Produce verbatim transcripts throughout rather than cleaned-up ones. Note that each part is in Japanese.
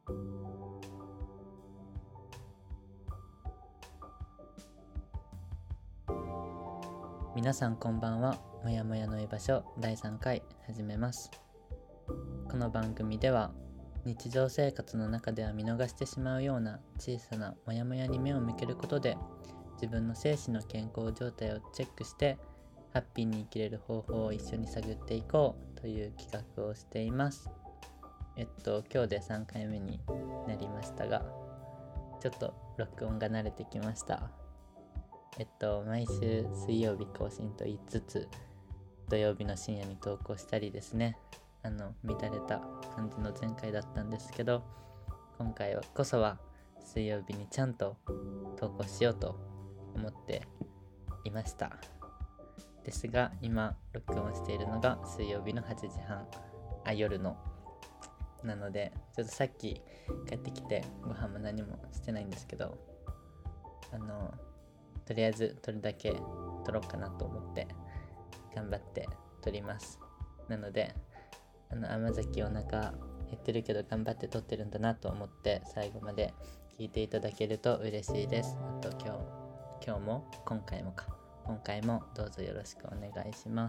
皆さんこんばんは。もやもやの居場所だいさんかい始めます。この番組では日常生活の中では見逃してしまうような小さなモヤモヤに目を向けることで、自分の精神の健康状態をチェックしてハッピーに生きれる方法を一緒に探っていこうという企画をしています。えっと今日でさんかいめになりましたが、ちょっと録音が慣れてきました。えっと毎週水曜日更新と言いつつ、土曜日の深夜に投稿したりですね、あの乱れた感じの前回だったんですけど、今回こそは水曜日にちゃんと投稿しようと思っていました。ですが今録音しているのが水曜日のはちじはん、あ夜のなので、ちょっとさっき帰ってきてご飯も何もしてないんですけど、あのとりあえず撮るだけ撮ろうかなと思って頑張って撮ります。なのであの甘崎お腹減ってるけど頑張って撮ってるんだなと思って最後まで聞いていただけると嬉しいです。あと今日今日も今回もか今回もどうぞよろしくお願いします。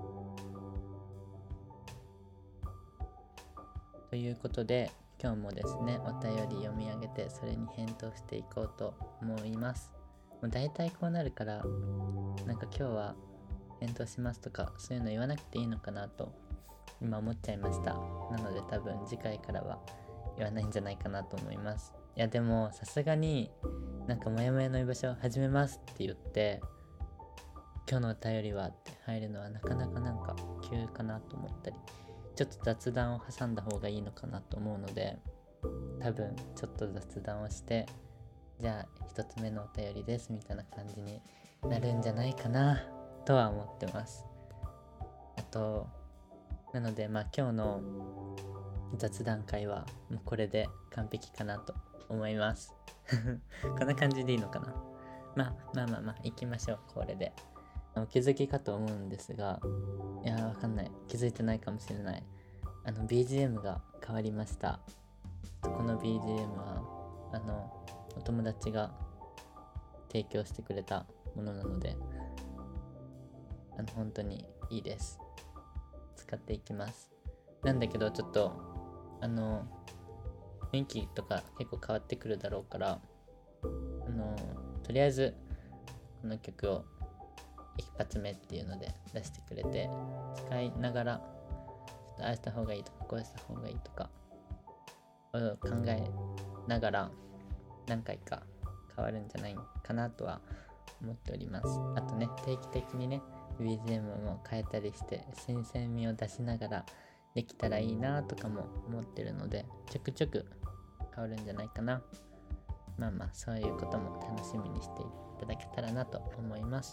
ということで今日もですね、お便り読み上げてそれに返答していこうと思います。もう大体こうなるから、なんか今日は返答しますとかそういうの言わなくていいのかなと今思っちゃいました。なので多分次回からは言わないんじゃないかなと思います。いやでもさすがになんかもやもやの居場所始めますって言って今日のお便りはって入るのはなかなかなんか急かなと思ったり、ちょっと雑談を挟んだ方がいいのかなと思うので、多分ちょっと雑談をして、じゃあ一つ目のお便りですみたいな感じになるんじゃないかなとは思ってます。あとなのでまあ今日の雑談会はもうこれで完璧かなと思いますこんな感じでいいのかな。まあまあまあまあ行きましょう。これでお気づきかと思うんですが、いやわかんない、気づいてないかもしれない。あの ビージーエム が変わりました。この ビージーエム はあのお友達が提供してくれたものなので、あの本当にいいです。使っていきます。なんだけどちょっとあの雰囲気とか結構変わってくるだろうから、あのとりあえずこの曲を一発目っていうので出してくれて、使いながらちょっとああした方がいいとかこうした方がいいとかを考えながら何回か変わるんじゃないかなとは思っております。あとね、定期的にね ビージーエム も変えたりして新鮮味を出しながらできたらいいなとかも思ってるので、ちょくちょく変わるんじゃないかな。まあまあそういうことも楽しみにしていただけたらなと思います。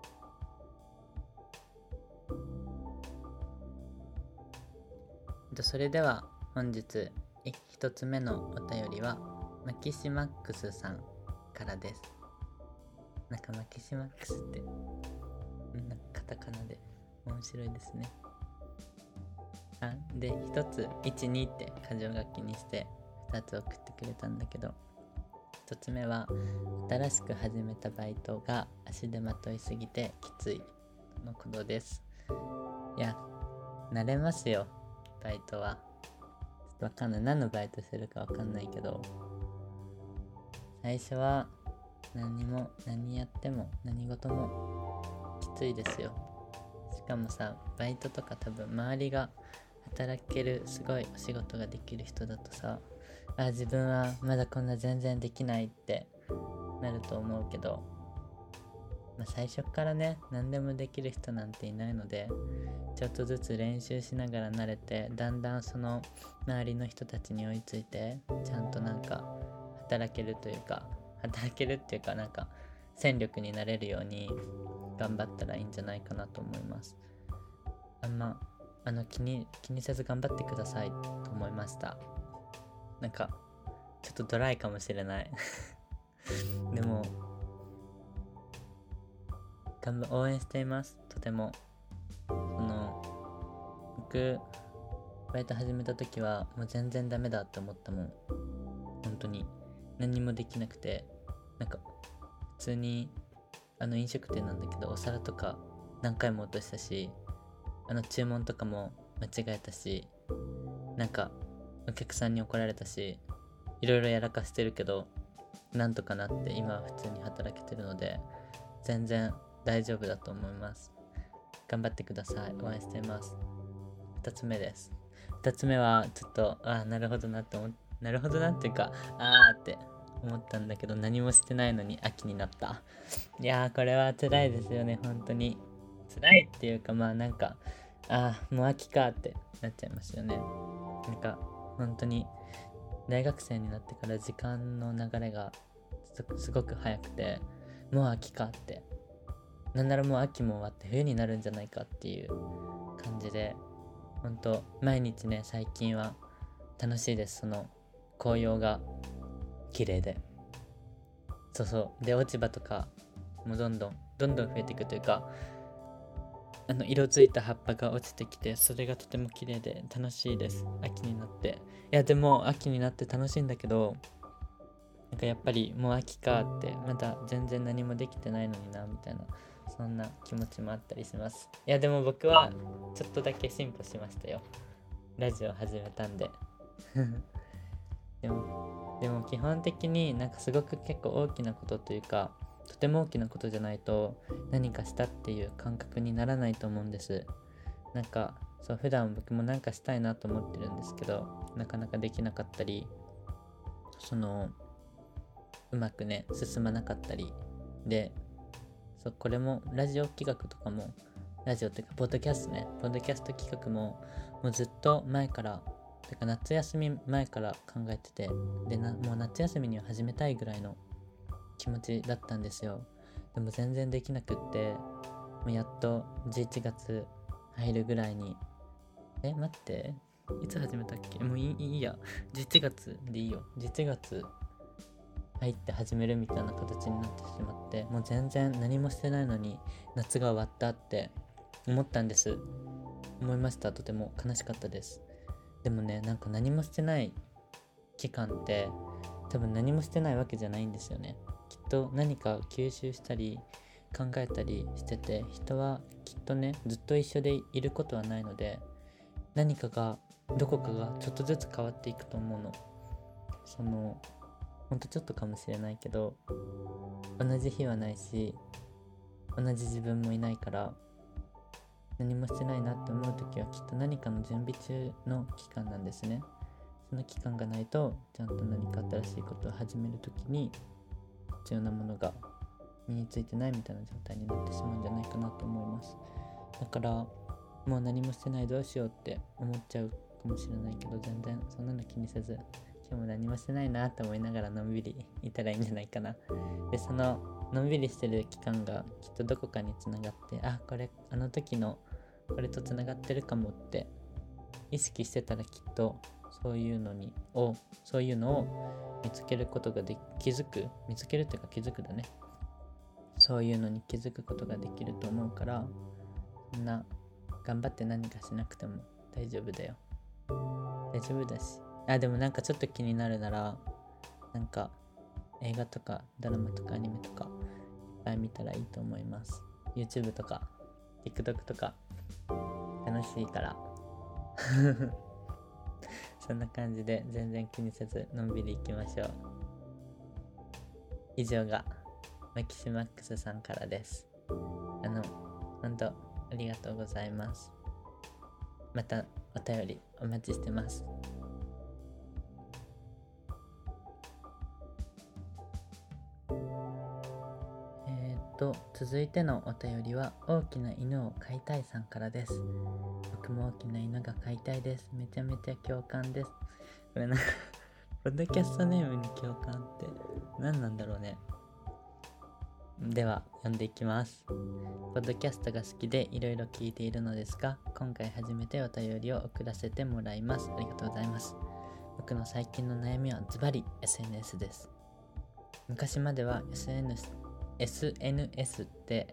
それでは本日一つ目のお便りはマキシマックスさんからです。なんかマキシマックスってなんかカタカナで面白いですね。あで一ついちにって箇条書きにしてふたつ送ってくれたんだけど、ひとつめは新しく始めたバイトが足手まといすぎてきついとのことです。いや慣れますよ、バイトは。ちょっとわかんない、何のバイトするかわかんないけど、最初は何も何やっても何事もきついですよ。しかもさ、バイトとか多分周りが働けるすごいお仕事ができる人だとさ、あ自分はまだこんな全然できないってなると思うけど、まあ、最初からね何でもできる人なんていないので、ちょっとずつ練習しながら慣れて、だんだんその周りの人たちに追いついて、ちゃんとなんか働けるというか働けるっていうかなんか戦力になれるように頑張ったらいいんじゃないかなと思います。あんまあの気に気にせず頑張ってくださいと思いました。なんかちょっとドライかもしれないでも頑張応援しています。とてもその僕バイト始めた時はもう全然ダメだって思ったもん。本当に何もできなくて、なんか普通にあの飲食店なんだけど、お皿とか何回も落としたし、あの注文とかも間違えたし、なんかお客さんに怒られたし、いろいろやらかしてるけど、なんとかなって今は普通に働けてるので、全然大丈夫だと思います。頑張ってください。応援しています。ふたつめです。ふたつめはちょっと、ああなるほどなって思っなるほどなっていうか、あーって思ったんだけど、何もしてないのに秋になった。いやーこれは辛いですよね。本当に辛いっていうか、まあなんか、ああもう秋かってなっちゃいますよね。なんか本当に大学生になってから時間の流れがすごく早くて、もう秋かって、なんならもう秋も終わって冬になるんじゃないかっていう感じで、本当毎日ね、最近は楽しいです。その紅葉が綺麗で、そうそうで、落ち葉とかもどんどんどんどん増えていくというか、あの色づいた葉っぱが落ちてきて、それがとても綺麗で楽しいです。秋になって。いやでも秋になって楽しいんだけど、なんかやっぱりもう秋かって、まだ全然何もできてないのになみたいな、そんな気持ちもあったりします。いやでも僕はちょっとだけ進歩しましたよ。ラジオ始めたんででもでも基本的になんかすごく結構大きなことというか、とても大きなことじゃないと何かしたっていう感覚にならないと思うんです。なんかそう普段僕もなんかしたいなと思ってるんですけど、なかなかできなかったり、そのうまくね進まなかったりで、そうこれもラジオ企画とかも、ラジオっていうかポッドキャストねポッドキャスト企画ももうずっと前から、てか夏休み前から考えてて、でなもう夏休みには始めたいぐらいの気持ちだったんですよ。でも全然できなくって、もうやっとじゅういちがつ入るぐらいに、え待っていつ始めたっけ、もういいいいやじゅういちがつでいいよ、じゅういちがつ入って始めるみたいな形になってしまって、もう全然何もしてないのに夏が終わったって思ったんです。思いました。とても悲しかったです。でもね、なんか何もしてない期間って多分何もしてないわけじゃないんですよね。きっと何か吸収したり考えたりしてて、人はきっとねずっと一緒でいることはないので、何かがどこかがちょっとずつ変わっていくと思うの。そのほんとちょっとかもしれないけど、同じ日はないし同じ自分もいないから、何もしてないなって思う時はきっと何かの準備中の期間なんですね。その期間がないと、ちゃんと何か新しいことを始める時に必要なものが身についてないみたいな状態になってしまうんじゃないかなと思います。だからもう何もしてない、どうしようって思っちゃうかもしれないけど、全然そんなの気にせず、今日も何もしてないなって思いながらのんびりいたらいいんじゃないかな。でそののんびりしてる期間がきっとどこかにつながって、あこれあの時のこれとつながってるかもって意識してたら、きっとそういうのにをそういうのを見つけることがで気づく見つけるっていうか気づくだねそういうのに気づくことができると思うから、そんな頑張って何かしなくても大丈夫だよ。大丈夫だし、あでもなんかちょっと気になるなら、なんか映画とかドラマとかアニメとかいっぱい見たらいいと思います。 YouTube とか TikTok とか楽しいからそんな感じで全然気にせずのんびりいきましょう。以上がマキシマックスさんからです。あの本当ありがとうございます。またお便りお待ちしてます。えー、っと続いてのお便りは、大きな犬を飼いたいさんからです。僕も大きな犬が飼いたいです。めちゃめちゃ共感です。これなポッドキャストネームに共感って何なんだろうね。では読んでいきます。ポッドキャストが好きでいろいろ聞いているのですが、今回初めてお便りを送らせてもらいます。ありがとうございます。僕の最近の悩みはズバリ エスエヌエス です。昔までは エスエヌエス, エスエヌエス って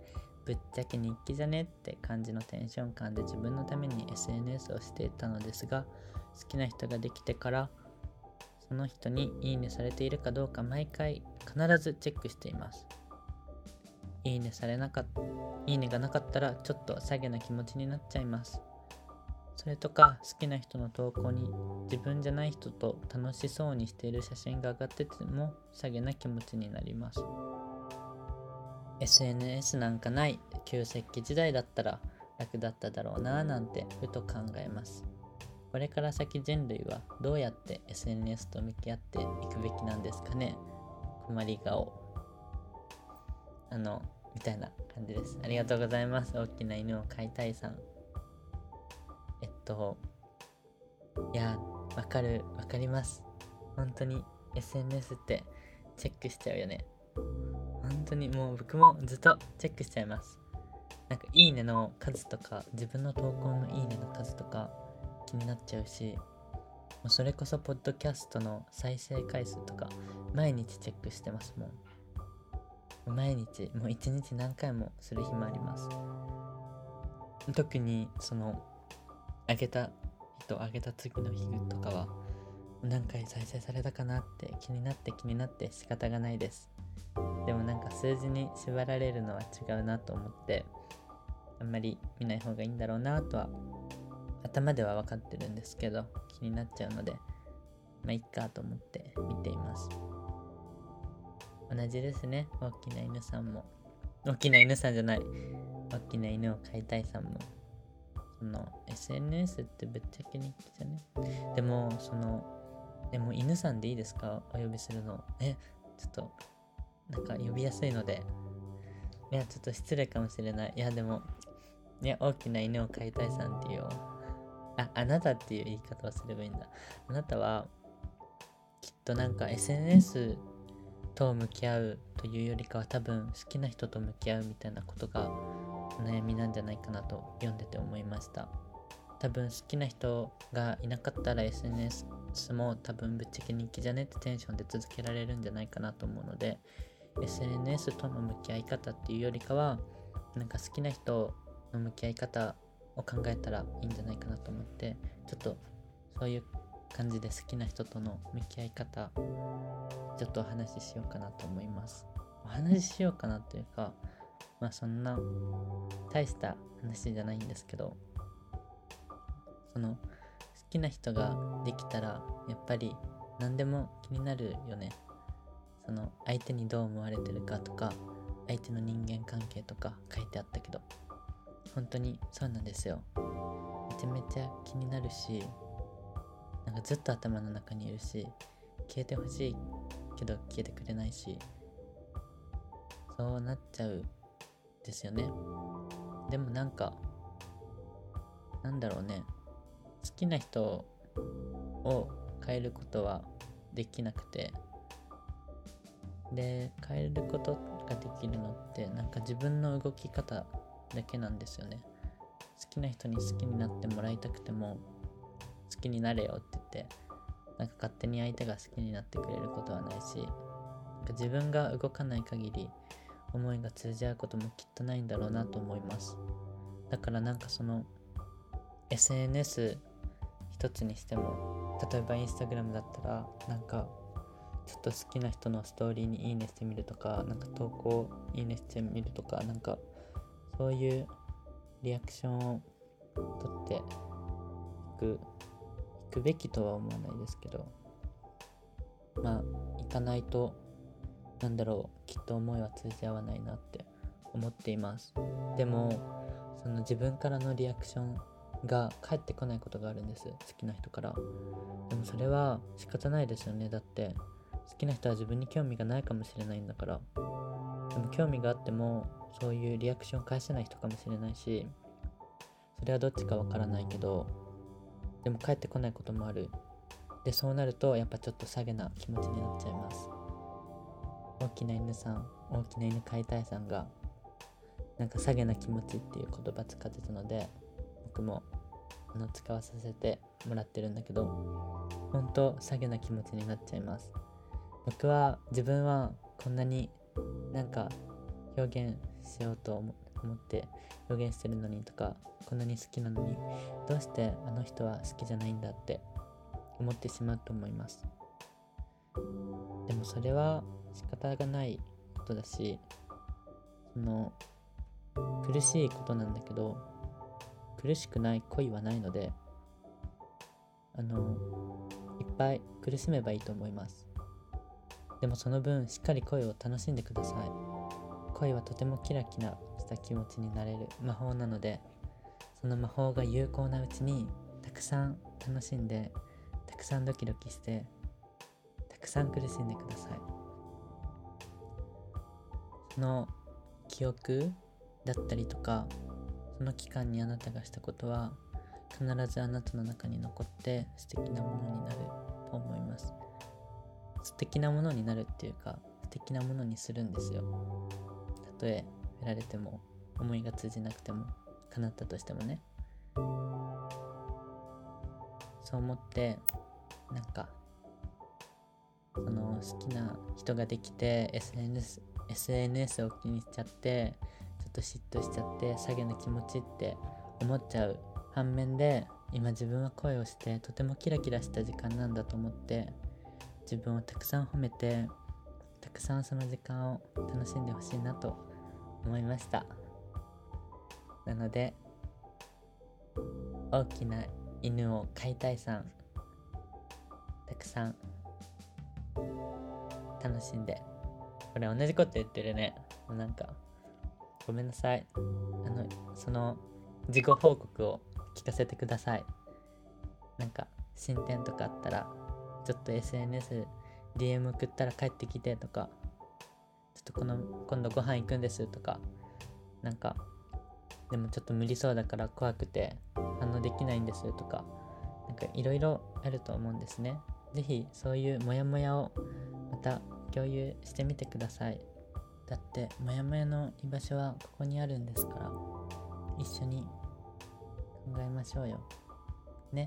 ぶっちゃけ日記じゃねって感じのテンション感で自分のために エスエヌエス をしていたのですが、好きな人ができてからその人にいいねされているかどうか毎回必ずチェックしています。いいねされなかったいいねがなかったらちょっと下げな気持ちになっちゃいます。それとか好きな人の投稿に自分じゃない人と楽しそうにしている写真が上がってても下げな気持ちになります。 エスエヌエス なんかない旧石器時代だったら楽だっただろうなぁなんてふと考えます。これから先人類はどうやって エスエヌエス と向き合っていくべきなんですかね。困り顔あのみたいな感じです。ありがとうございます。大きな犬を飼いたいさん。えっといやわかるわかります。本当に エスエヌエス ってチェックしちゃうよね。本当にもう僕もずっとチェックしちゃいます。なんかいいねの数とか自分の投稿のいいねの数とか気になっちゃうし、もうそれこそポッドキャストの再生回数とか毎日チェックしてますもん。毎日もう一日何回もする日もあります。特にその上げた人上げた次の日とかは何回再生されたかなって気になって気になって仕方がないです。でもなんか数字に縛られるのは違うなと思ってあんまり見ない方がいいんだろうなとは頭では分かってるんですけど気になっちゃうのでまあいっかと思って見ています。同じですね。大きな犬さんも大きな犬さんじゃない大きな犬を飼いたいさんもその エスエヌエス ってぶっちゃけ日記じゃね。でもそのでも犬さんでいいですかお呼びするの。えちょっとなんか呼びやすいのでいやちょっと失礼かもしれない。いやでもいや大きな犬を飼いたいさんっていうああなたっていう言い方をすればいいんだ。あなたはきっとなんか エスエヌエス と向き合うというよりかは多分好きな人と向き合うみたいなことがお悩みなんじゃないかなと読んでて思いました。多分好きな人がいなかったら エスエヌエス も多分ぶっちゃけ日記じゃねってテンションで続けられるんじゃないかなと思うので エスエヌエス との向き合い方っていうよりかはなんか好きな人の向き合い方を考えたらいいんじゃないかなと思ってちょっとそういう感じで好きな人との向き合い方ちょっとお話ししようかなと思います。お話ししようかなというかまあそんな大した話じゃないんですけどその好きな人ができたらやっぱり何でも気になるよね。その相手にどう思われてるかとか相手の人間関係とか書いてあったけど本当にそうなんですよ。めちゃめちゃ気になるしなんかずっと頭の中にいるし消えてほしいけど消えてくれないしそうなっちゃうですよね。でもなんかなんだろうね好きな人を変えることはできなくてで変えることができるのってなんか自分の動き方だけなんですよね。好きな人に好きになってもらいたくても好きになれよって言ってなんか勝手に相手が好きになってくれることはないしなんか自分が動かない限り思いが通じ合うこともきっとないんだろうなと思います。だからなんかその エスエヌエス 一つにしても例えばインスタグラムだったらなんかちょっと好きな人のストーリーにいいねしてみるとかなんか投稿いいねしてみるとかなんかそういうリアクションを取っていくいくべきとは思わないですけどまあ行かないとなんだろうきっと思いは通じ合わないなって思っています。でもその自分からのリアクションが返ってこないことがあるんです好きな人から。でもそれは仕方ないですよね。だって好きな人は自分に興味がないかもしれないんだから。でも興味があってもそういうリアクション返せない人かもしれないしそれはどっちかわからないけどでも返ってこないこともある。でそうなるとやっぱちょっと下げな気持ちになっちゃいます。大きな犬さん大きな犬飼いたいさんがなんか下げな気持ちっていう言葉使ってたので僕もあの使わさせてもらってるんだけど本当下げな気持ちになっちゃいます。僕は自分はこんなになんか表現しようと思思って表現してるのにとか、こんなに好きなのにどうしてあの人は好きじゃないんだって思ってしまうと思います。でもそれは仕方がないことだし、その苦しいことなんだけど、苦しくない恋はないので、あのいっぱい苦しめばいいと思います。でもその分しっかり恋を楽しんでください。恋はとてもキラキラした気持ちになれる魔法なので、その魔法が有効なうちにたくさん楽しんで、たくさんドキドキして、たくさん苦しんでください。その記憶だったりとか、その期間にあなたがしたことは必ずあなたの中に残って素敵なものになると思います。素敵なものになるっていうか、素敵なものにするんですよ。たとえ振られても、思いが通じなくても、叶ったとしてもね。そう思って、なんかその好きな人ができて エスエヌエス, エスエヌエス を気にしちゃって、ちょっと嫉妬しちゃって下げの気持ちって思っちゃう反面で、今自分は恋をしてとてもキラキラした時間なんだと思って、自分をたくさん褒めて、たくさんその時間を楽しんでほしいなと思いました。なので、大きな犬を飼いたいさん、たくさん楽しんで。これ同じこと言ってるね。なんかごめんなさい。あのその自己報告を聞かせてください。なんか進展とかあったら、ちょっと エスエヌエス ディーエム 送ったら帰ってきてとか、ちょっとこの今度ご飯行くんですとか、なんかでもちょっと無理そうだから怖くて反応できないんですとか、なんかいろいろあると思うんですね。ぜひそういうモヤモヤをまた共有してみてください。だってモヤモヤの居場所はここにあるんですから、一緒に考えましょうよね。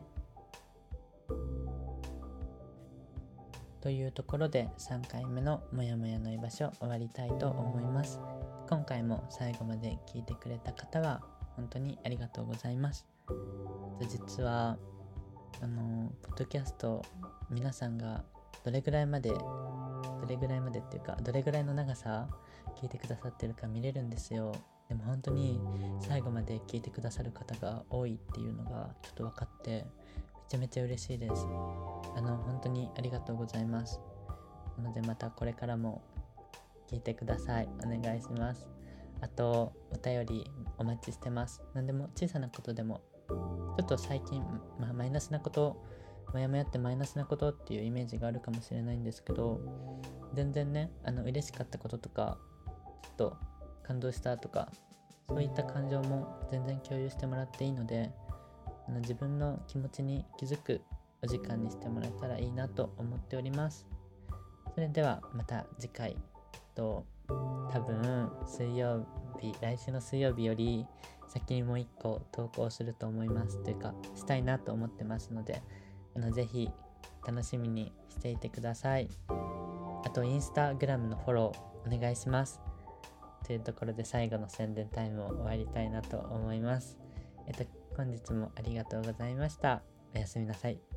というところでさんかいめのもやもやの居場所終わりたいと思います。今回も最後まで聞いてくれた方は本当にありがとうございます。実はあのポッドキャスト、皆さんがどれぐらいまでどれぐらいまでっていうかどれぐらいの長さ聞いてくださってるか見れるんですよ。でも本当に最後まで聞いてくださる方が多いっていうのがちょっと分かって、めちゃめちゃ嬉しいです。あの本当にありがとうございます。なのでまたこれからも聞いてください。お願いします。あとお便りお待ちしてます。何でも小さなことでも、ちょっと最近、まあ、マイナスなこと、もやもやってマイナスなことっていうイメージがあるかもしれないんですけど、全然ね、あの嬉しかったこととか、ちょっと感動したとか、そういった感情も全然共有してもらっていいので、あの自分の気持ちに気づくお時間にしてもらえたらいいなと思っております。それではまた次回と、多分水曜日、来週の水曜日より先にもう一個投稿すると思いますというかしたいなと思ってますので、あのぜひ楽しみにしていてください。あとインスタグラムのフォローお願いします。というところで最後の宣伝タイムを終わりたいなと思います。えっと本日もありがとうございました。おやすみなさい。